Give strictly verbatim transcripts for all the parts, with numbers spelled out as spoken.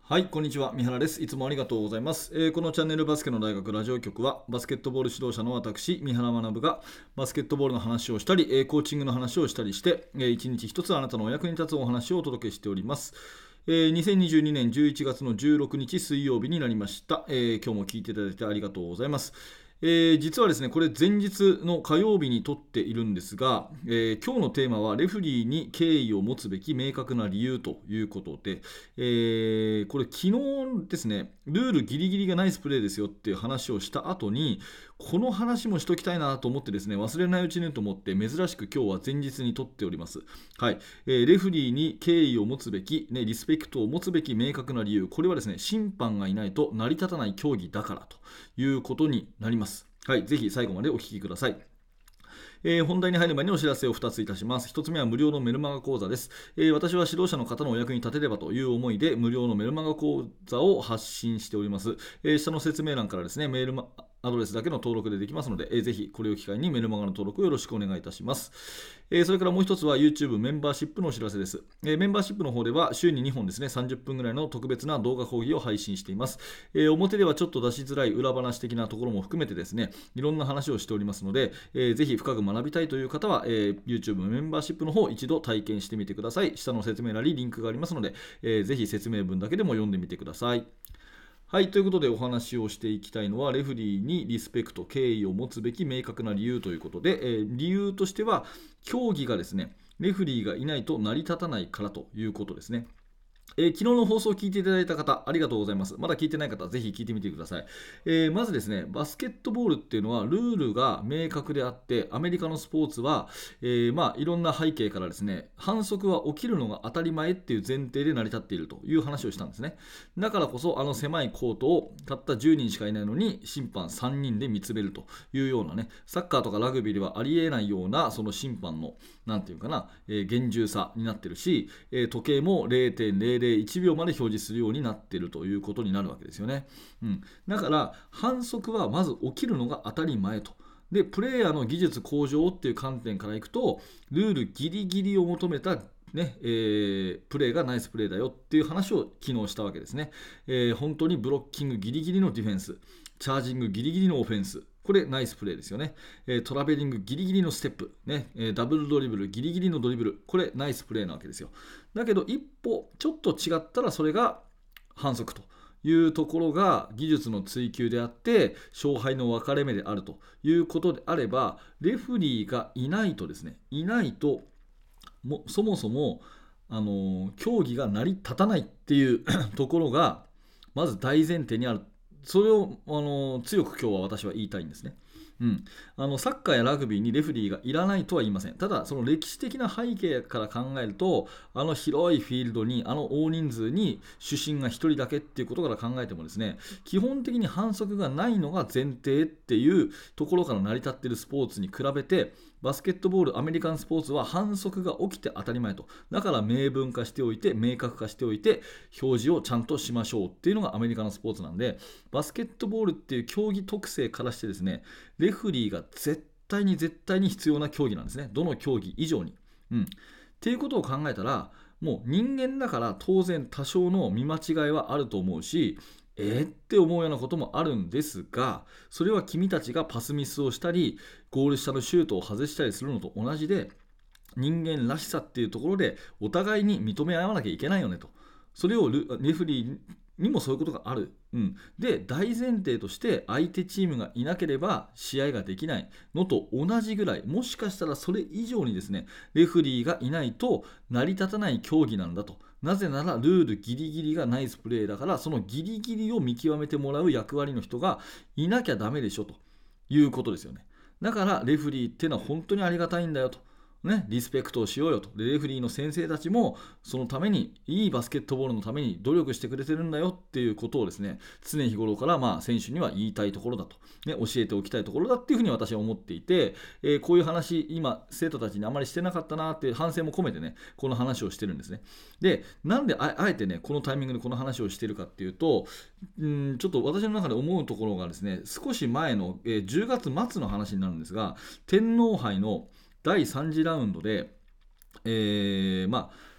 はい、こんにちは。三原です。いつもありがとうございます。えーこのチャンネルバスケの大学ラジオ局は、バスケットボール指導者の私、三原学がバスケットボールの話をしたり、えーコーチングの話をしたりして、えー一日一つあなたのお役に立つお話をお届けしております。えーにせんにじゅうにねんじゅういちがつのじゅうろくにち水曜日になりました。えー今日も聞いていただいてありがとうございます。えー実はですね、これ前日の火曜日に撮っているんですが、えー今日のテーマはレフリーに敬意を持つべき明確な理由ということで、えーこれ昨日ですね、ルールギリギリがナイスプレーですよっていう話をした後に、この話もしときたいなと思ってですね、忘れないうちにと思って珍しく今日は前日に撮っております。はい、えーレフリーに敬意を持つべき、ね、リスペクトを持つべき明確な理由、これはですね、審判がいないと成り立たない競技だからということになります。はい、ぜひ最後までお聞きください。えー本題に入る前にお知らせをふたついたします。ひとつめは無料のメルマガ講座です。えー私は指導者の方のお役に立てればという思いで無料のメルマガ講座を発信しております。えー下の説明欄からですね、メールマアドレスだけの登録でできますので、えーぜひこれを機会にメルマガの登録をよろしくお願いいたします。えーそれからもう一つは YouTube メンバーシップのお知らせです。えーメンバーシップの方では週ににほんですね、さんじゅっぷんぐらいの特別な動画講義を配信しています。えー表ではちょっと出しづらい裏話的なところも含めてですね、いろんな話をしておりますので、えーぜひ深く学びたいという方は、えー YouTube メンバーシップの方一度体験してみてください。下の説明欄にリンクがありますので、えーぜひ説明文だけでも読んでみてください。はい、ということでお話をしていきたいのは、レフリーにリスペクト、敬意を持つべき明確な理由ということで、えー理由としては、競技がですね、レフリーがいないと成り立たないからということですね。えー昨日の放送を聞いていただいた方、ありがとうございます。まだ聞いてない方、ぜひ聞いてみてください。えーまずですね、バスケットボールっていうのはルールが明確であって、アメリカのスポーツは、えーまあ、いろんな背景からですね、反則は起きるのが当たり前っていう前提で成り立っているという話をしたんですね。だからこそ、あの狭いコートをたったじゅうにんしかいないのに、審判さんにんで見つめるというようなね、サッカーとかラグビーではありえないような、その審判の、なんていうかな、えー厳重さになってるし、えー時計もれいてんぜろぜろいちびょうまで表示するようになっているということになるわけですよね。うん、だから反則はまず起きるのが当たり前と。でプレーヤーの技術向上っていう観点からいくと、ルールギリギリを求めたねえープレーがナイスプレーだよっていう話を昨日したわけですね。えー本当にブロッキングギリギリのディフェンス、チャージングギリギリのオフェンス、これナイスプレーですよね。えートラベリングギリギリのステップ、ねえーダブルドリブルギリギリのドリブル、これナイスプレーなわけですよ。だけど一歩ちょっと違ったらそれが反則というところが技術の追求であって勝敗の分かれ目であるということであれば、レフリーがいないとですね、いないともそもそもあの競技が成り立たないっていうところがまず大前提にある。それをあの強く今日は私は言いたいんですね。うん、あのサッカーやラグビーにレフェリーがいらないとは言いません。ただその歴史的な背景から考えると、あの広いフィールドにあの大人数に主審がひとりだけっていうことから考えてもですね、基本的に反則がないのが前提っていうところから成り立っているスポーツに比べて、バスケットボールアメリカンスポーツは反則が起きて当たり前と。だから明文化しておいて明確化しておいて表示をちゃんとしましょうっていうのがアメリカのスポーツなんで、バスケットボールっていう競技特性からしてですね、レフリーが絶対に絶対に必要な競技なんですね。どの競技以上に。うん。っていうことを考えたら、もう人間だから当然多少の見間違いはあると思うし、えーって思うようなこともあるんですが、それは君たちがパスミスをしたり、ゴール下のシュートを外したりするのと同じで、人間らしさっていうところでお互いに認め合わなきゃいけないよねと。それをルレフリーにもそういうことがある。うん、で大前提として相手チームがいなければ試合ができないのと同じぐらい、もしかしたらそれ以上にですね、レフリーがいないと成り立たない競技なんだと。なぜならルールギリギリがナイスプレーだから、そのギリギリを見極めてもらう役割の人がいなきゃダメでしょということですよね。だからレフリーっていうのは本当にありがたいんだよと。ね、リスペクトをしようよと。でレフリーの先生たちもそのために、いいバスケットボールのために努力してくれてるんだよっていうことをですね、常日頃からまあ選手には言いたいところだと、ね、教えておきたいところだっていうふうに私は思っていて、えーこういう話今生徒たちにあまりしてなかったなっていう反省も込めてね、この話をしてるんですね。でなんで あ, あえてねこのタイミングでこの話をしているかっていうと、うんちょっと私の中で思うところがですね、少し前の、えーじゅうがつ末の話になるんですが、天皇杯のだいさん次ラウンドで、えーまあ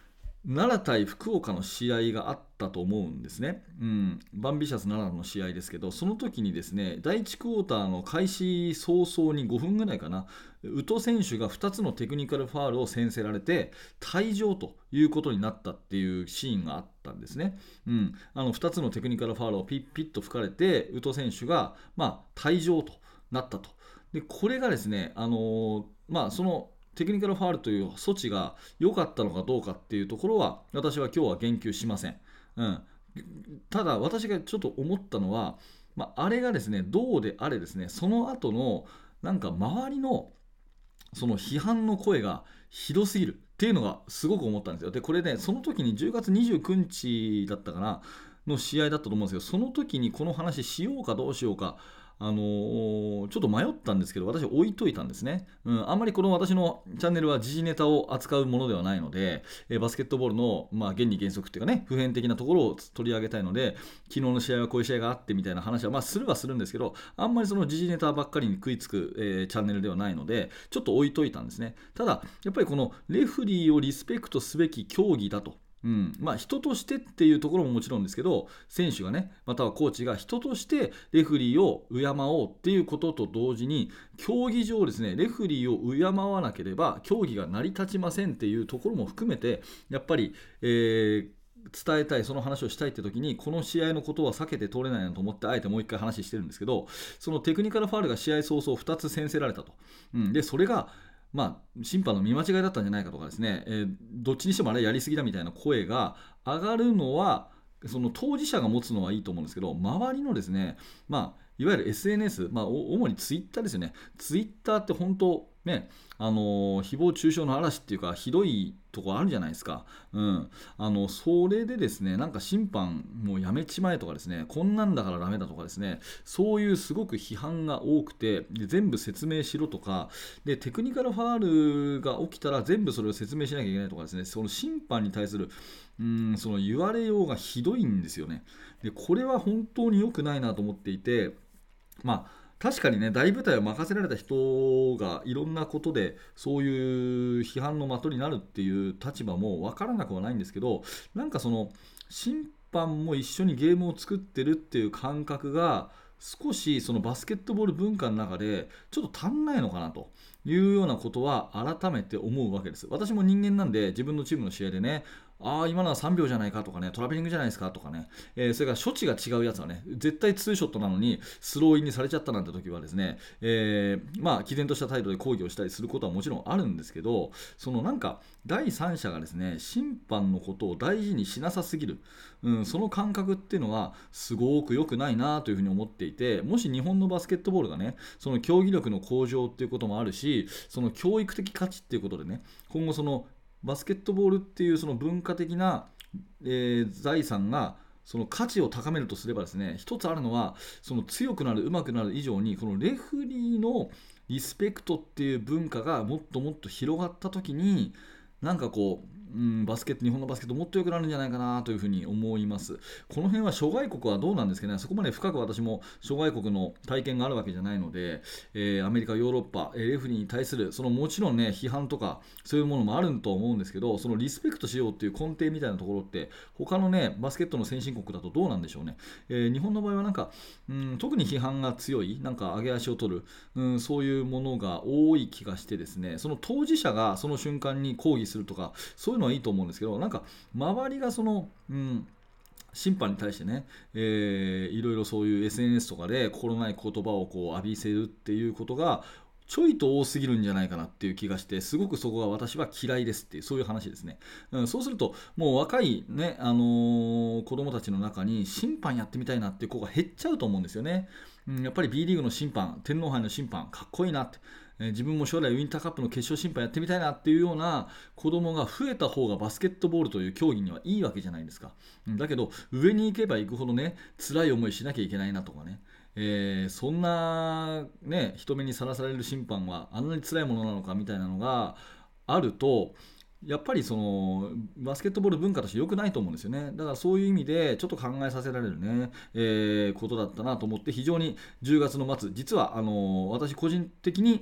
奈良対福岡の試合があったと思うんですね、うん、バンビシャス奈良の試合ですけど、その時にですね、だいいちクォーターの開始早々にごふんぐらいかな、宇都選手がふたつのテクニカルファールを先制られて退場ということになったっていうシーンがあったんですね、うん、あのふたつのテクニカルファールをピッピッと吹かれて宇都選手が、まあ、退場となったと。でこれがですね、あのーまあ、そのテクニカルファールという措置が良かったのかどうかっていうところは私は今日は言及しません、うん、ただ私がちょっと思ったのは、まあ、あれがですねどうであれですね、その後のなんか周りのその批判の声がひどすぎるっていうのがすごく思ったんですよ。でこれね、その時にじゅうがつにじゅうくにちだったかなの試合だったと思うんですけど、その時にこの話しようかどうしようか、あのーちょっと迷ったんですけど、私置いといたんですね、うん、あんまりこの私のチャンネルは時事ネタを扱うものではないので、えーバスケットボールの、まあ、原理原則っていうかね、普遍的なところを取り上げたいので、昨日の試合はこういう試合があってみたいな話は、まあ、するはするんですけど、あんまりその時事ネタばっかりに食いつく、えーチャンネルではないのでちょっと置いといたんですね。ただやっぱりこのレフリーをリスペクトすべき競技だと、うんまあ、人としてっていうところももちろんですけど、選手がね、またはコーチが人としてレフリーを敬おうっていうことと同時に、競技上ですね、レフリーを敬わなければ競技が成り立ちませんっていうところも含めて、やっぱり、えー伝えたい、その話をしたいって時に、この試合のことは避けて通れないなと思って、あえてもう一回話してるんですけど、そのテクニカルファウルが試合早々ふたつ先制られたと、うん、でそれがまあ、審判の見間違いだったんじゃないかとかですね、えーどっちにしてもあれやりすぎだみたいな声が上がるのは、その当事者が持つのはいいと思うんですけど、周りのですね、まあ、いわゆる エスエヌエス、まあ、お主にツイッターですよね。ツイッターって本当ね、あのー誹謗中傷の嵐っていうか、ひどいとこあるじゃないですか。うん。あの、それでですね、なんか審判もうやめちまえとかですね、こんなんだからダメだとかですね、そういうすごく批判が多くて、で全部説明しろとか、で、テクニカルファールが起きたら全部それを説明しなきゃいけないとかですね、その審判に対するうーんその言われようがひどいんですよね。で、これは本当に良くないなと思っていて、まあ確かにね、大舞台を任せられた人がいろんなことでそういう批判の的になるっていう立場も分からなくはないんですけど、なんかその審判も一緒にゲームを作ってるっていう感覚が少しそのバスケットボール文化の中でちょっと足んないのかなというようなことは改めて思うわけです。私も人間なんで、自分のチームの試合でね、ああ、今のはさんびょうじゃないかとかね、トラベリングじゃないですかとかね、えーそれから処置が違うやつはね、絶対ツーショットなのにスローインにされちゃったなんて時はですね、えーまあ、毅然とした態度で抗議をしたりすることはもちろんあるんですけど、そのなんか、第三者がですね、審判のことを大事にしなさすぎる、うん、その感覚っていうのは、すごく良くないなというふうに思っていて、もし日本のバスケットボールがね、その競技力の向上っていうこともあるし、その教育的価値っていうことでね、今後そのバスケットボールっていうその文化的な、えー財産がその価値を高めるとすればですね、一つあるのは、その強くなる上手くなる以上に、このレフリーのリスペクトっていう文化がもっともっと広がった時に、なんかこう、うん、バスケット日本のバスケットもっと良くなるんじゃないかなというふうに思います。この辺は諸外国はどうなんですかね。そこまで深く私も諸外国の体験があるわけじゃないので、えーアメリカ、ヨーロッパ、えーレフリーに対するそのもちろんね批判とかそういうものもあると思うんですけど、そのリスペクトしようっていう根底みたいなところって他のねバスケットの先進国だとどうなんでしょうね。えー日本の場合はなんか、うん、特に批判が強い、なんか上げ足を取る、うん、そういうものが多い気がしてですね、その当事者がその瞬間に抗議するとかそういうのはいいと思うんですけど、なんか周りがその、うん、審判に対してね、えーいろいろそういう エスエヌエス とかで心ない言葉をこう浴びせるっていうことがちょいと多すぎるんじゃないかなっていう気がして、すごくそこが私は嫌いですっていう、そういう話ですね。うん、そうするともう若いね、あのー子供たちの中に審判やってみたいなっていう子が減っちゃうと思うんですよね。うん、やっぱり B リーグの審判、天皇杯の審判かっこいいなって、えー自分も将来ウィンターカップの決勝審判やってみたいなっていうような子供が増えた方がバスケットボールという競技にはいいわけじゃないですか。うん、だけど上に行けば行くほどね、辛い思いしなきゃいけないなとかね、えーそんな、ね、人目にさらされる審判はあんなに辛いものなのかみたいなのがあると、やっぱりそのバスケットボール文化として良くないと思うんですよね。だからそういう意味でちょっと考えさせられるね、えーことだったなと思って、非常にじゅうがつの末、実はあの私個人的に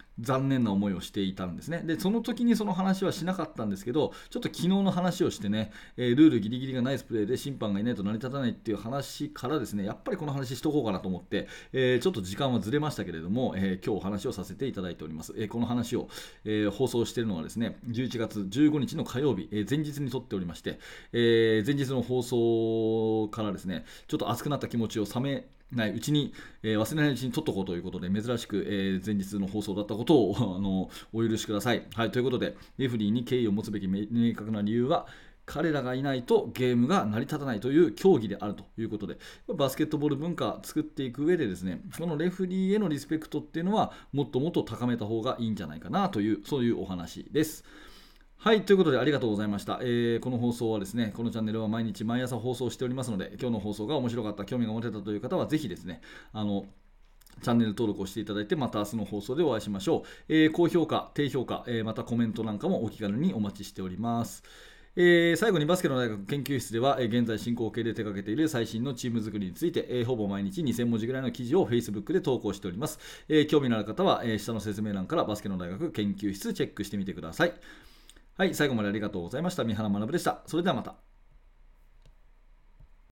残念な思いをしていたんですね。で、その時にその話はしなかったんですけど、ちょっと昨日の話をしてね、えールールギリギリがナイスプレーで審判がいないと成り立たないっていう話からですね、やっぱりこの話しとこうかなと思って、えーちょっと時間はずれましたけれども、えー今日お話をさせていただいております。えーこの話を、えー放送しているのはですね、じゅういちがつじゅうごにちの火曜日、えー前日に撮っておりまして、えー前日の放送からですね、ちょっと熱くなった気持ちを冷めないうちに、えー忘れないうちに撮っとこうということで、珍しく、えー前日の放送だったことをあのお許しください。はい、ということで、レフェリーに敬意を持つべき明明確な理由は、彼らがいないとゲームが成り立たないという競技であるということで、バスケットボール文化を作っていく上でですね、このレフェリーへのリスペクトっていうのはもっともっと高めた方がいいんじゃないかなという、そういうお話です。はい、ということでありがとうございました。えーこの放送はですね、このチャンネルは毎日毎朝放送しておりますので、今日の放送が面白かった、興味が持てたという方はぜひですね、あのチャンネル登録をしていただいて、また明日の放送でお会いしましょう。えー高評価、低評価、えーまたコメントなんかもお気軽にお待ちしております。えー最後にバスケの大学研究室では、えー現在進行形で手掛けている最新のチーム作りについて、えーほぼ毎日にせんもじぐらいの記事を Facebook で投稿しております。えー興味のある方は、えー下の説明欄からバスケの大学研究室チェックしてみてください。はい、最後までありがとうございました。三原学でした。それではまた。